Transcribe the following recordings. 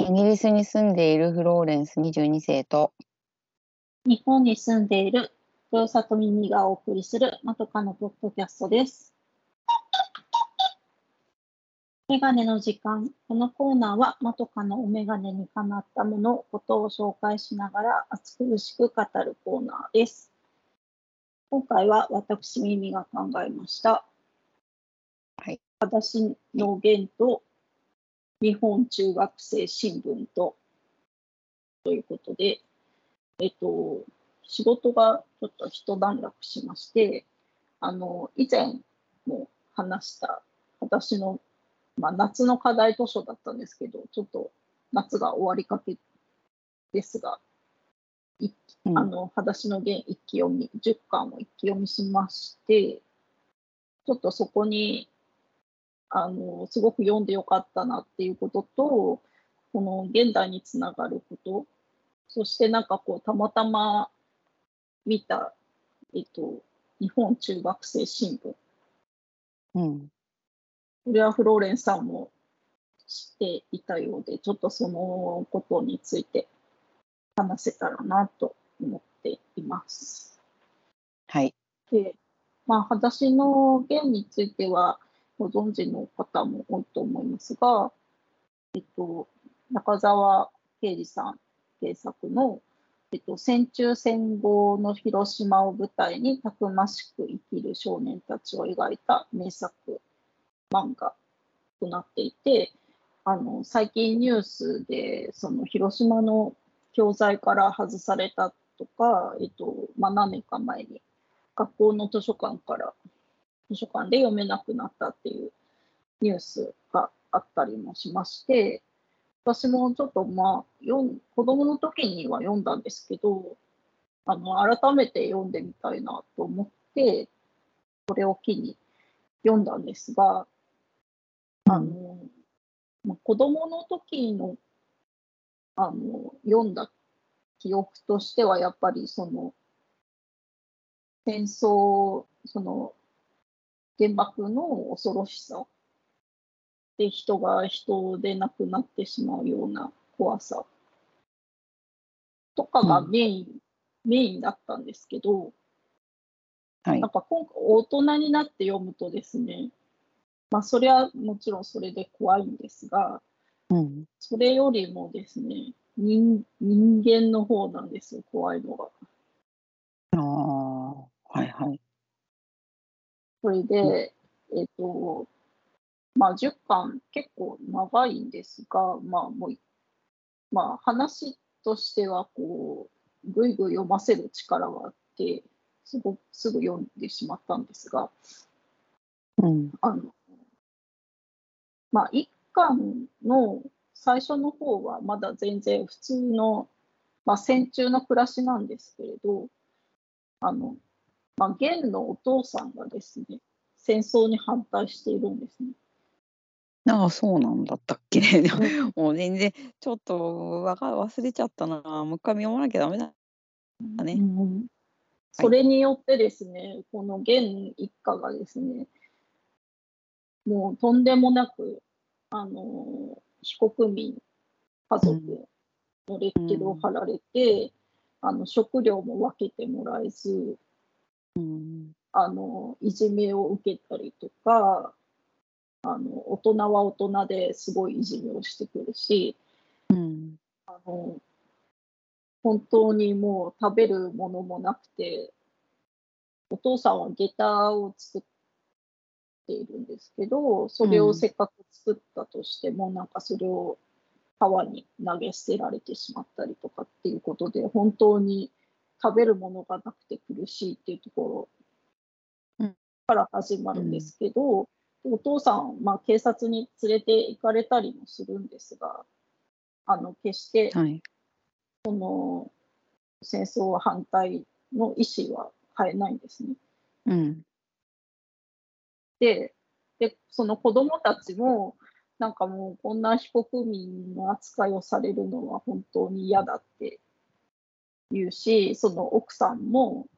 イギリスに住んでいるフローレンス22世と、 日本に住んでいる豊里耳がお送りするまとかのポッドキャストです。メガネの時間。このコーナーはまとかのお眼鏡にかなったもの、ことを紹介しながら熱苦しく語るコーナーです。今回は私耳が考えました。 はい。 裸足の弦と日本中学生新聞ということで、仕事がちょっと一段落しまして、以前も話した私の、夏の課題図書だったんですけど、ちょっと夏が終わりかけですが、裸足の弦一気読み、10巻を一気読みしまして、ちょっとそこにすごく読んでよかったなっていうことと、この現代につながること、そしてなんかこうたまたま見た、日本中学生新聞。これはフローレンスさんも知っていたようで、ちょっとそのことについて話せたらなと思っています。 はい。 で、裸足の弦についてはご存知の方も多いと思いますが、中沢啓治さん原作の、戦中戦後の広島を舞台にたくましく生きる少年たちを描いた名作漫画となっていて、最近ニュースでその広島の教材から外されたとか、何年か前に学校の図書館で読めなくなったっていうニュースがあったりもしまして、私もちょっと子供の時には読んだんですけど、改めて読んでみたいなと思って、これを機に読んだんですが、子供の時の読んだ記憶としては、やっぱりその戦争、その原爆の恐ろしさで人が人で亡くなってしまうような怖さとかがメインだったんですけど、なんか今回大人になって読むとですね、それはもちろんそれで怖いんですが、それよりもですね、人間の方なんですよ、怖いのが。 はいはい。 それで、10巻結構長いんですが、話としてはこう、ぐいぐい読ませる力があって、すぐ読んでしまったんですが、1巻の最初の方はまだ全然普通の、戦中の暮らしなんですけれど、元のお父さんがですね、戦争に反対しているんですね。 そうなんだったっけ。もう全然ちょっと忘れちゃったな。もう一回読まなきゃダメだね。 それによってですね、この元一家がですね、もうとんでもなく、非国民、家族のレッテルを貼られて、食料も分けてもらえず、いじめを受けたりとか、大人は大人ですごいいじめをしてくるし、本当にもう食べるものもなくて、お父さんは下駄を作っているんですけど、それをせっかく作ったとしても、なんかそれを川に投げ捨てられてしまったりとかっていうことで、本当に食べるものがなくて苦しいっていうところから始まるんですけど、お父さん、警察に連れて行かれたりもするんですが、決してその戦争反対の意思は変えないんですね。で、その子供たちも、なんかもうこんな非国民の扱いをされるのは本当に嫌だって言うし、その奥さんも、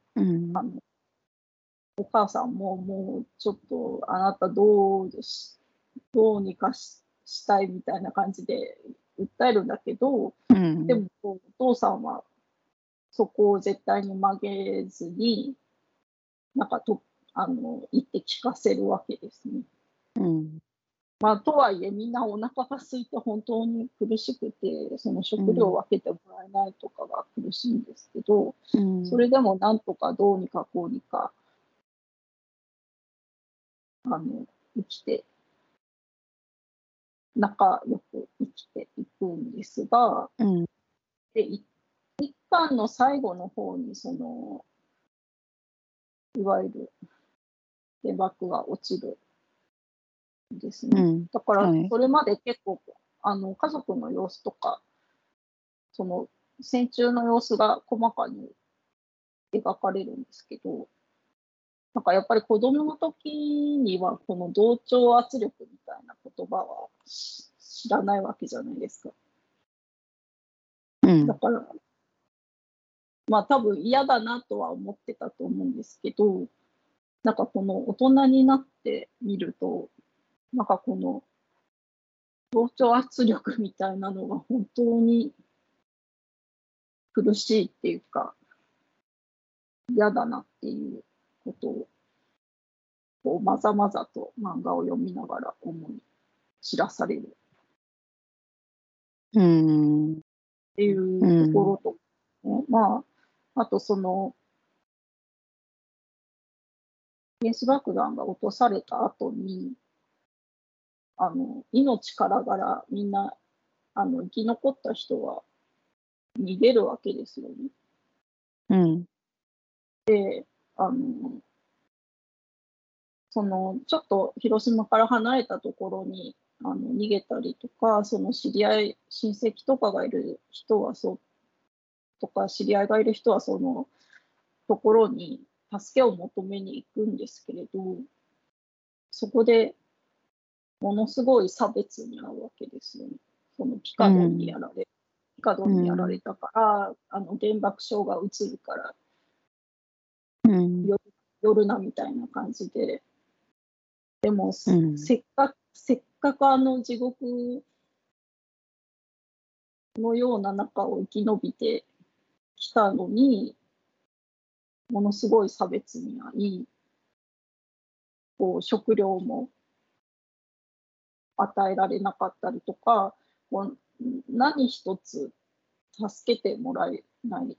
お母さんももうちょっとあなたどうにかしたいみたいな感じで訴えるんだけど、 うんでもお父さんはそこを絶対に曲げずに、なんか言って聞かせるわけですね。 うんまあ、とはいえ、みんなお腹が空いて本当に苦しくて、その食料を分けてもらえないとかが苦しいんですけど、それでもなんとかどうにかこうにか、生きて、仲良く生きていくんですが、 うんで、一巻の最後の方に、いわゆる原爆が落ちるんですね。 うんだから、 はい。 それまで結構、家族の様子とか、その戦中の様子が細かに描かれるんですけど、なんかやっぱり子供の時にはこの同調圧力みたいな言葉は知らないわけじゃないですか。 うんだから、まあ多分嫌だなとは思ってたと思うんですけど、なんかこの大人になってみると、なんかこの同調圧力みたいなのが本当に苦しいっていうか、嫌だなっていうことを、こうまざまざと漫画を読みながら思い知らされるうんっていううとこんろと、ね、まあ、あと原子爆弾が落とされた後に、命からがらみんな、生き残った人は逃げるわけですよね。 うんあの、ちょっと広島から離れたところに逃げたりとか、その知り合い、親戚とかがいる人はとか、知り合いがいる人はそのところに助けを求めに行くんですけれど、そこでものすごい差別に遭うわけですよね。そのうんピカドうンにやられんたから、原爆症がうつるからうん夜なみたいな感じで、でもうんせっかく地獄のような中を生き延びてきたのに、ものすごい差別に遭い、こう食料も与えられなかったりとか、もう何一つ助けてもらえない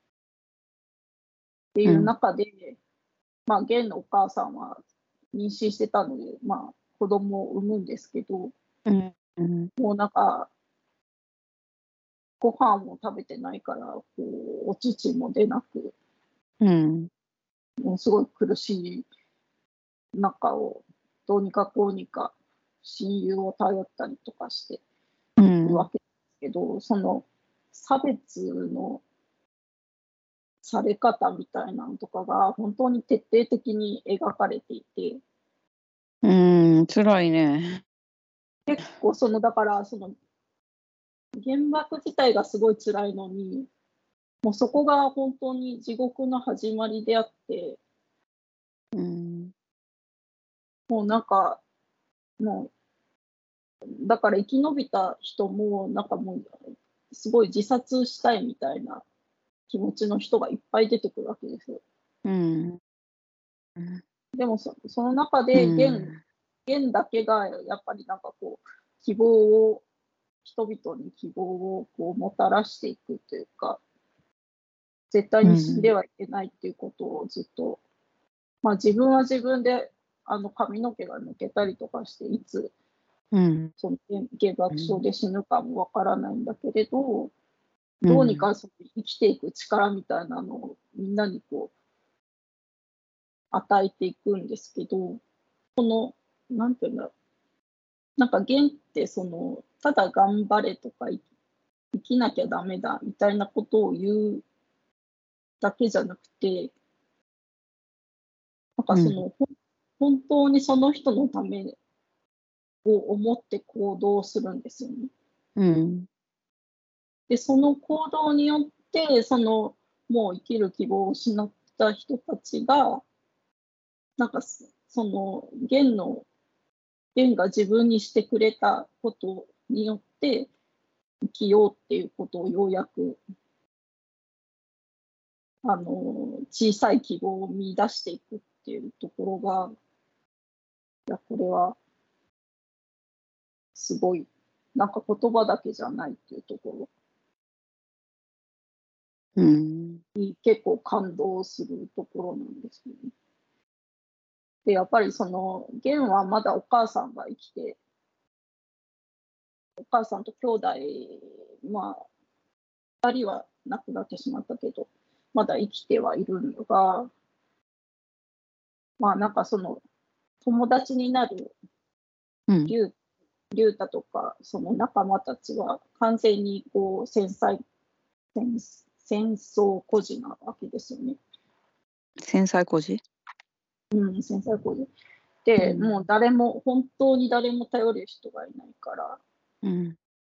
っていううん中で、まあ、現のお母さんは妊娠してたので、まあ、子供を産むんですけど、 うんうんもうなんか、ご飯も食べてないから、こうお乳も出なく、 うんもうすごい苦しい中を、どうにかこうにか親友を頼ったりとかしてうんいるわけですけど、その差別のされ方みたいなのとかが本当に徹底的に描かれていて、 うん辛いね。 結構だから原爆自体がすごい辛いのに、もうそこが本当に地獄の始まりであって、 うんもうなんか、もだから生き延びた人も、なんかもう、すごい自殺したいみたいな気持ちの人がいっぱい出てくるわけですよ。 うんでもその中うでん元だけがやっぱりなんかこう、希望を、人々に希望をこうもたらしていくというか、絶対に死んではいけないっていうことをずっと、まあ自分は自分で髪の毛が抜けたりとかして、いつうんその原爆症で死ぬかもわからないんだけれど、どうにうんか生きていく力みたいなのをみんなにこう与えていくんですけど、なんていうんだろう、なんか元ってただ頑張れとか生きなきゃダメだみたいなことを言うだけじゃなくて、なんかうん本当にその人のためを思って行動するんですよね。 うんで、その行動によって、もう生きる希望を失った人たちが、なんかゲンが自分にしてくれたことによって、 生きようっていうことをようやく小さい希望を見出していくっていうところが、いや、これはすごい、なんか言葉だけじゃないっていうとこうん。 ろに結構感動するところなんですよね。で、やっぱりゲンはまだお母さんが生きて、お母さんと兄弟、まあ、2人は亡くなってしまったけど、まだ生きてはいるのが、まあなんか友達になるうん。 竜太とか、その仲間たちは完全にこう戦争孤児なわけですよね。 繊細孤児。 うん、戦争孤児。で、もう本当に誰も頼れる人がいないから、 うん。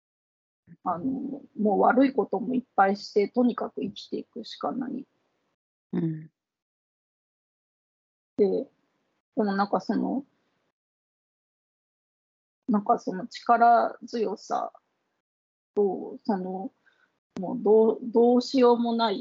もう悪いこともいっぱいして、とにかく生きていくしかない。 うん。 でも力強さと、もうどうしようもない、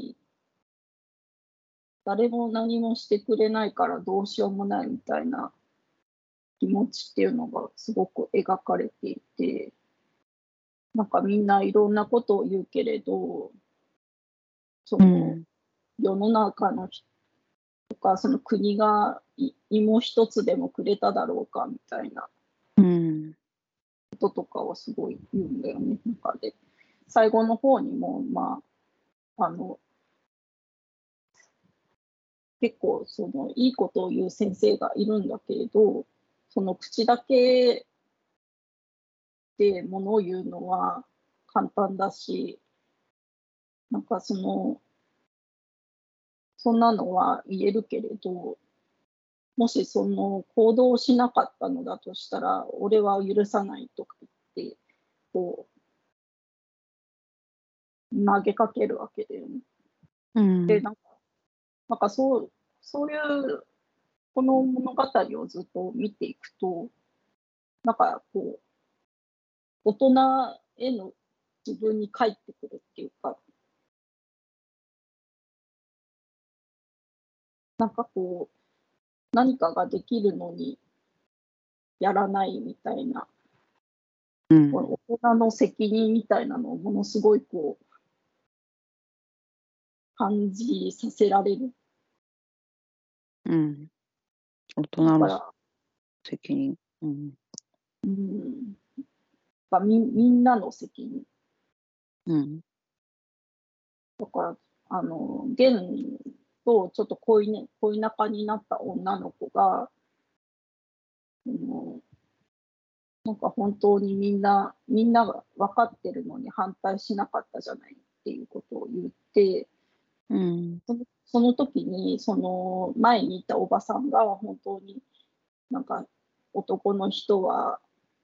誰も何もしてくれないからどうしようもないみたいな気持ちっていうのがすごく描かれていて、なんかみんないろんなことを言うけれど、そのうん。 世の中の人とか、その国が芋一つでもくれただろうかみたいなうん。 こととかをすごい言うんだよね。中で最後の方にも、まあ、結構いいことを言う先生がいるんだけれど、その口だけでものを言うのは簡単だし、なんかそんなのは言えるけれど、もしその行動をしなかったのだとしたら、俺は許さないとか言って、こう投げかけるわけだよね。で、 うん。 なんかそういうこの物語をずっと見ていくと、なんかこう、大人への自分に返ってくるっていうか、なんかこう、何かができるのにやらないみたいな、 うん。 この大人の責任みたいなのをものすごいこう、感じさせられる。 うん。大人のだから、 責任。うん。 うん、みんなの責任。 うん。 だから、ゲンとちょっと恋仲になった女の子が、うん、なんか本当にみんなが分かってるのに反対しなかったじゃないっていうことを言って、 うん。 その時に、その前にいたおばさんが本当になんか男の人は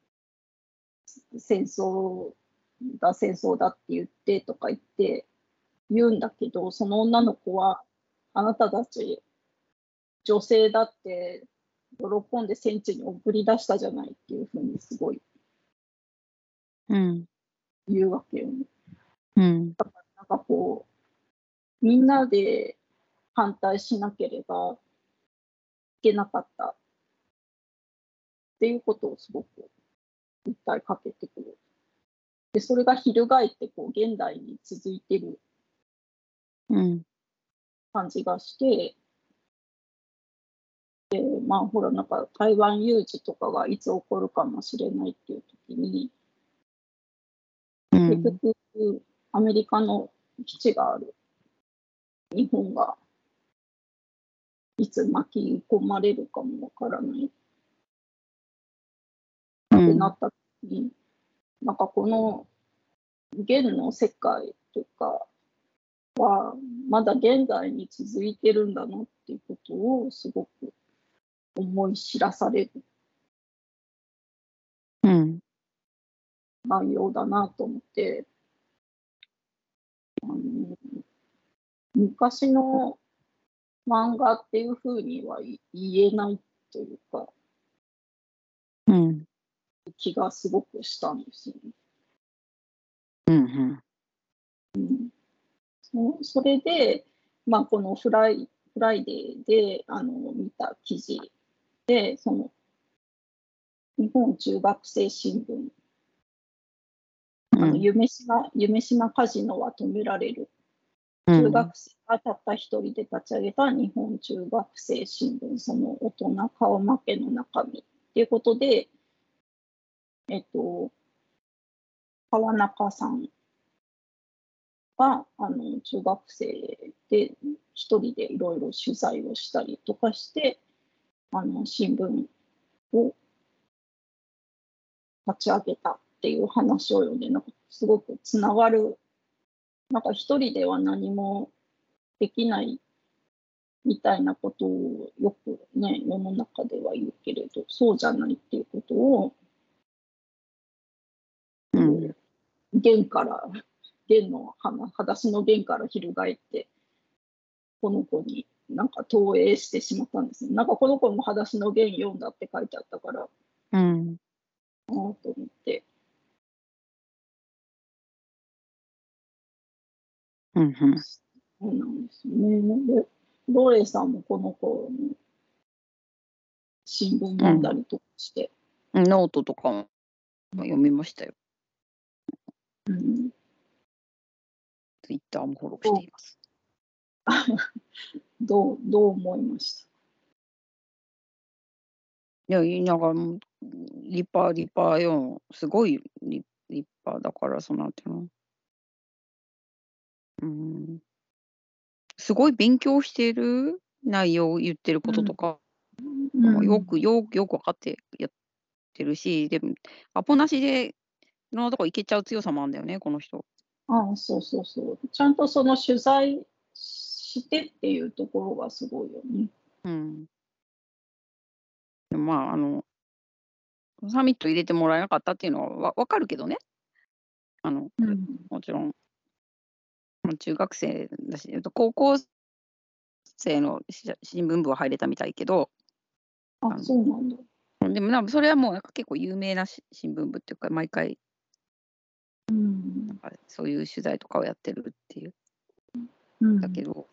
戦争だって言ってとか言うんだけど、その女の子はあなたたち女性だって喜んで戦地に送り出したじゃないっていうふうにすごいうん。 言うわけよね。 うん。 なんかこう、みんなで反対しなければいけなかったっていうことをすごく訴えかけてくる。で、それが翻ってこう現代に続いてるうん。 感じがして、まあほらなんか台湾有事とかがいつ起こるかもしれないっていう時に、結うん。 局アメリカの基地がある日本がいつ巻き込まれるかもわからないっうん。 てなった時に、なんかこの現の世界とかはまだ現在に続いてるんだなっていうことをすごく思い知らされるうん。 内容だなと思って、あの昔の漫画っていうふうには言えないというかうん。 気がすごくしたんですよね。 うん。 それで、このフライデーで見た記事で、その日本中学生新聞、夢島カジノは止められる。中学生がたった一人で立ち上げた日本中学生新聞、その大人顔負けの中身っていうことで、川中さんが中学生で一人でいろいろ取材をしたりとかして、新聞を立ち上げたっていう話を読んで、なんかすごくつながる、なんか一人では何もできないみたいなことをよくね、世の中では言うけれど、そうじゃないっていうことを、弦から、裸足の弦から翻って、この子になんか投影してしまったんですね。なんかこの子も裸足の弦読んだって書いてあったから、 うん。 ああと思って。そうなんですよね。で、ローレイさんもこの子の新聞読んだりとかして。 ノートとかも読みましたよ。ツイッターもフォローしています。 どう思いました？ いや、なんか立派よ。すごい立派だから、なんていうの。すごい勉強している内容を言ってることとか、よく分かってやってるし、でも、アポなしでいろんなとこ行けちゃう強さもあるんだよね、この人。 そうそうそう。ちゃんとその取材してっていうところがすごいよね。 でもサミット入れてもらえなかったっていうのは分かるけどね。もちろん、中学生だし、高校生の新聞部は入れたみたいけど、 そうなんだ。 でもそれはもうなんか結構有名な新聞部っていうか、毎回、なんかそういう取材とかをやってるっていう。だけど、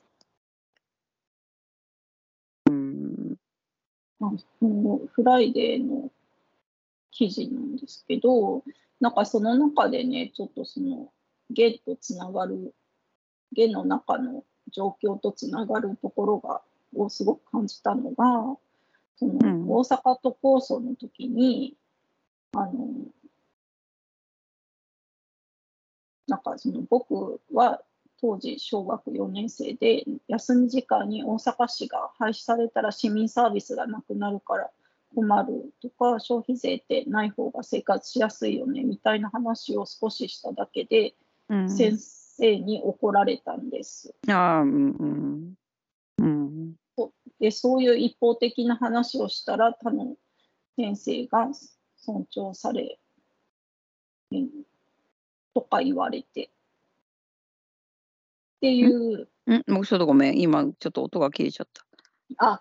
フライデーの記事なんですけど、なんかその中でね、ちょっとそのゲとつながる、ゲの中の状況とつながるところをすごく感じたのが、その大阪都構想の時に、なんかその僕は当時小学4年生で、休み時間に大阪市が廃止されたら市民サービスがなくなるから困るとか、消費税ってない方が生活しやすいよねみたいな話を少ししただけで、先生に怒られたんです。で、そういう一方的な話をしたら、他の先生が尊重されとか言われてっていう。 もうちょっとごめん、今ちょっと音が切れちゃった。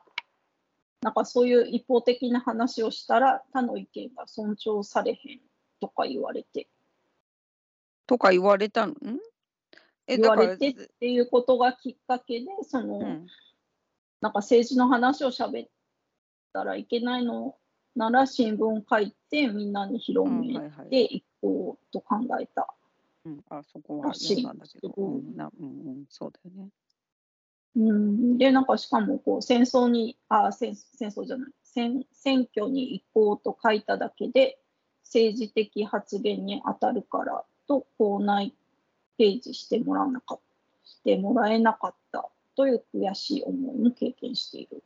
なんかそういう一方的な話をしたら、他の意見が尊重されへんとか言われて。 とか言われたの？ 言われてっていうことがきっかけで、なんか政治の話を喋ったらいけないのなら新聞書いてみんなに広めていこうと考えた。 そこは読んだんだけど、そうだよね。 で、なんかしかも戦争じゃない、選挙に行こうと書いただけで政治的発言に当たるからと校内掲示してもらえなかったという悔しい思いも経験している。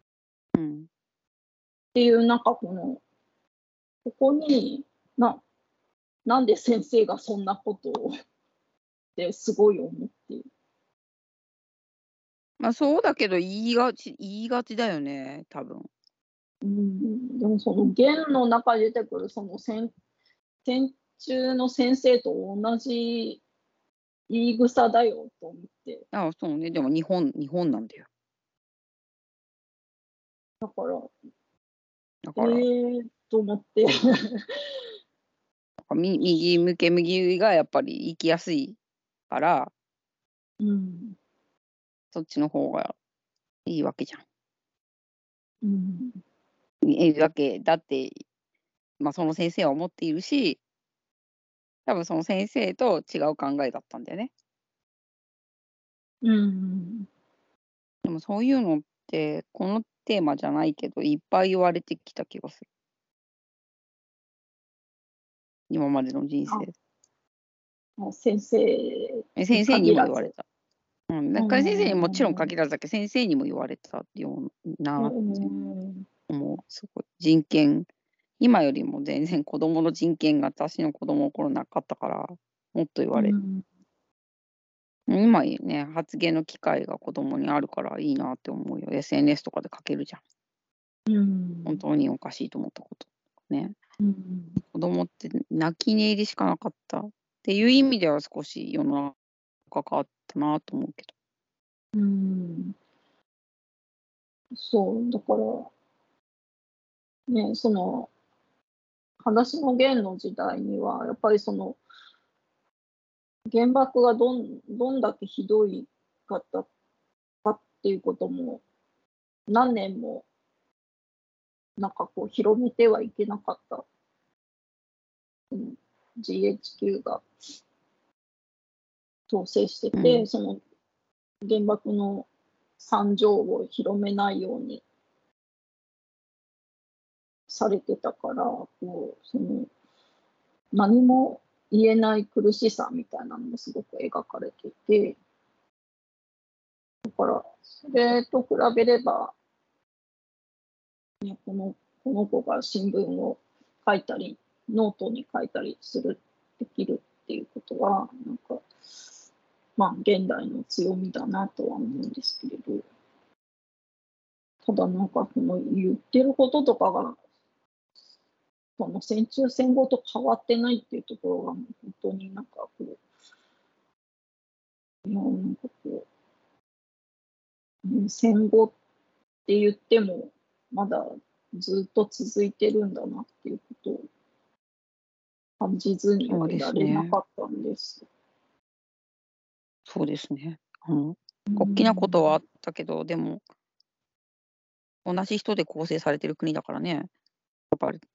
っていう、なんかここになんで先生がそんなことをってすごい思っている。 そうだけど言いがちだよね、多分。 でもその弦の中に出てくるその戦中の先生と同じ言い草だよと思って。 そうね。でも日本なんだよ。 だからと思って。 右向け右がやっぱり行きやすいから、 うん。 そっちの方がいいわけじゃん。 うん。 だって、その先生は思っているし、多分その先生と違う考えだったんだよね。 うん。 でもそういうのって、このテーマじゃないけど、いっぱい言われてきた気がする。今までの人生で。 先生に先生に限らず。 も言われた。だから先生にもちろん限らずだけど、先生にも言われたようなって思う。すごい。人権、今よりも全然子供の人権が私の子供の頃なかったから、もっと言われる。今ね、発言の機会が子供にあるからいいなって思うよ。SNS とかで書けるじゃん。本当におかしいと思ったこと。ね。子供って泣き寝入りしかなかったっていう意味では少し世の中変わったなと思うけど。 そう、だから、ね、その、裸足のゲンの時代には、やっぱりその、原爆がどんだけひどいかったかっていうことも、何年も、なんかこう、広めてはいけなかった。GHQ が統制してて、その原爆の惨状を広めないようにされてたから、こうその何も言えない苦しさみたいなのもすごく描かれていて、だからそれと比べれば、この子が新聞を書いたり、ノートに書いたりできるっていうことは、なんか、現代の強みだなとは思うんですけれど、ただなんか、その言ってることとかが、その戦中戦後と変わってないっていうところが、本当になんかこう、なんかこう、戦後って言っても、まだずっと続いてるんだなっていうことを感じずにそうはいられなですね。 かったんです。 そうですね。大きなことはあったけど、でも、同じ人で構成されてる国だからね。やっぱり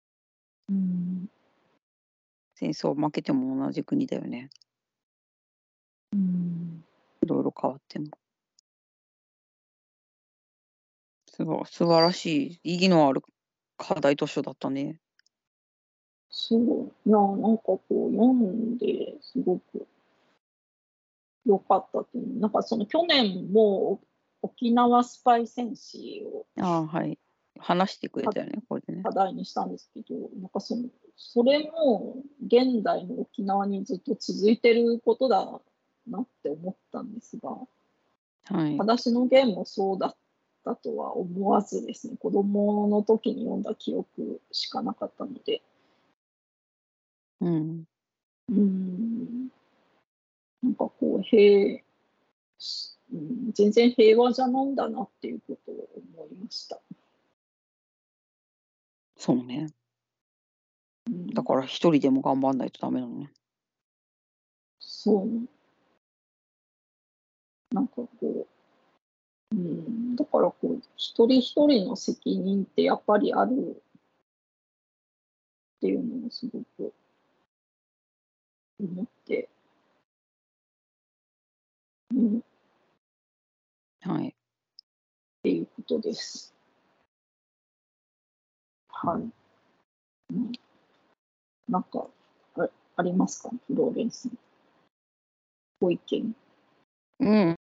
戦争負けても同じ国だよね。いろいろ変わっても。素晴らしい、意義のある課題図書だったね。 そう。いや、なんかこう、読んですごく良かったっていう。なんかその去年も沖縄スパイ戦士をはい。話してくれたよね、これでね。 課題にしたんですけど、なんかそれも現代の沖縄にずっと続いてることだなって思ったんですが、 はい。 裸足のゲームもそうだったとは思わずですね、子供の時に読んだ記憶しかなかったので、 うん。 うん、なんかこう、全然平和じゃないんだなっていうことを思いました。 そうね。だから一人でも頑張んないとダメなのね。 そう。なんかこう、だからこう、一人一人の責任ってやっぱりあるっていうのをすごく思って、っはい。 ていうことです。はい。なんか、ありますか、フローレンスのご意見。 うん。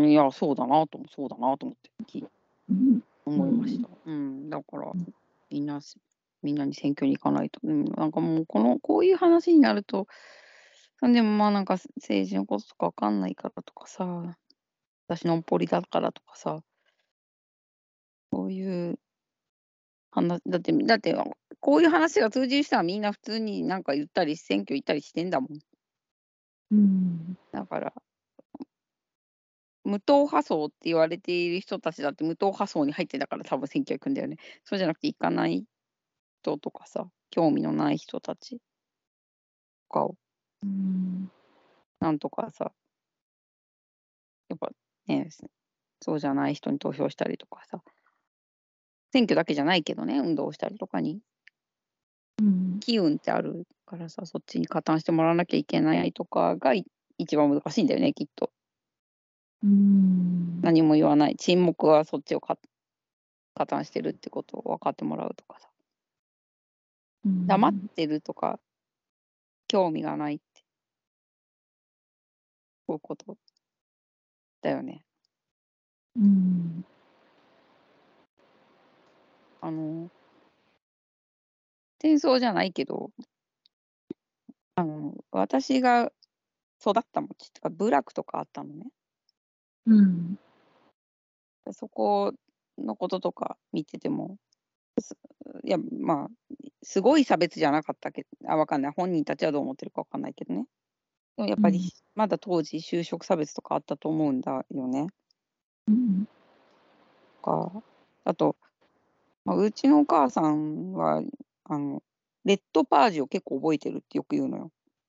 いや、そうだなと思って、 うん。う思いましん。 た。だから、みんなみんなに選挙に行かないと。なんかもう、こういう話になると、でもなんか政治のこととかわかんないからとかさ、私のおっぽりだからとかさ、そういうだって、こういう話が通じる人はみんな普通になんか言ったり、選挙行ったりしてんだもん。 うん。 だから、無党派層って言われている人たちだって無党派層に入ってたから多分選挙行くんだよね。そうじゃなくて行かない人とかさ、 興味のない人たちとかをうん。 なんとかさ、やっぱね、そうじゃない人に投票したりとかさ、選挙だけじゃないけどね、運動したりとかに、 うん。 機運ってあるからさ、そっちに加担してもらわなきゃいけないとかが一番難しいんだよね、きっと。何も言わない。沈黙はそっちを加担してるってことを分かってもらうとかさ。黙ってるとか、興味がないって、こういうことだよね。戦争じゃないけど、私が育った町とか、部落とかあったのね。そこのこととか見てても、いや、まあ、すごい差別じゃなかったけど、わかんない。本人たちはどう思ってるかわかんないけどね。でもやっぱり、まだ当時、就職差別とかあったと思うんだよね。あと、うちのお母さんは、レッドパージを結構覚えてるってよく言うのよ。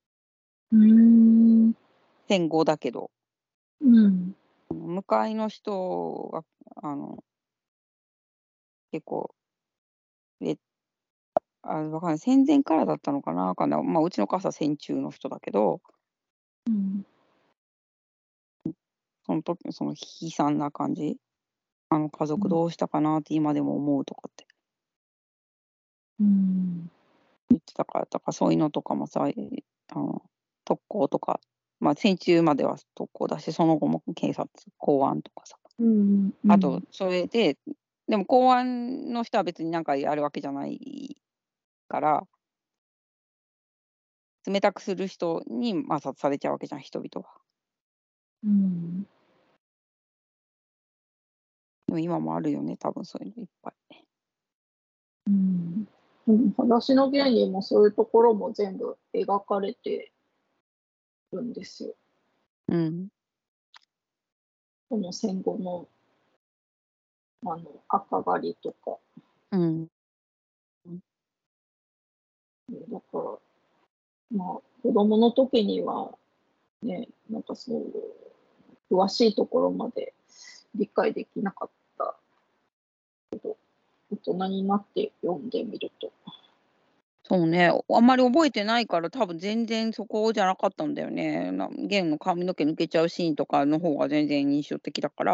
戦後だけど。向かいの人が、結構、わかんない。戦前からだったのかな、わかんない。うちのお母さんは戦中の人だけど、その時のその悲惨な感じ、家族どうしたかなって今でも思うとかって言ってたから、だからそういうのとかもさ、特攻とか、戦中までは特攻だし、その後も警察、公安とかさ。あと、それで、でも公安の人は別になんかやるわけじゃないから、冷たくする人に摩擦されちゃうわけじゃん、人々は。でも今もあるよね、多分そういうのいっぱい。 裸足のゲイにもそういうところも全部描かれてるんですよ。この戦後の赤狩りとか。だから、子供の時にはね、なんかそう詳しいところまで理解できなかったけど、大人になって読んでみると。 そうね、あんまり覚えてないから、多分全然そこじゃなかったんだよね。ゲンの髪の毛抜けちゃうシーンとかの方が全然印象的だから、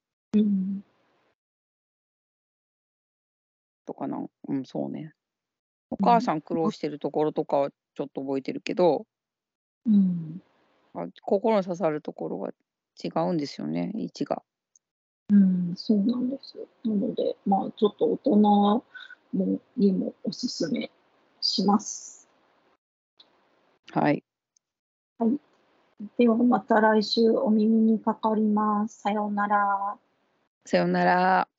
とかな。そうね。お母さん苦労してるところとかはちょっと覚えてるけど、心に刺さるところが違うんですよね、位置が。 そうなんです。なので、ちょっと大人にもおすすめします。 はい。 はい。ではまた来週お耳にかかります。さようなら。 さよなら。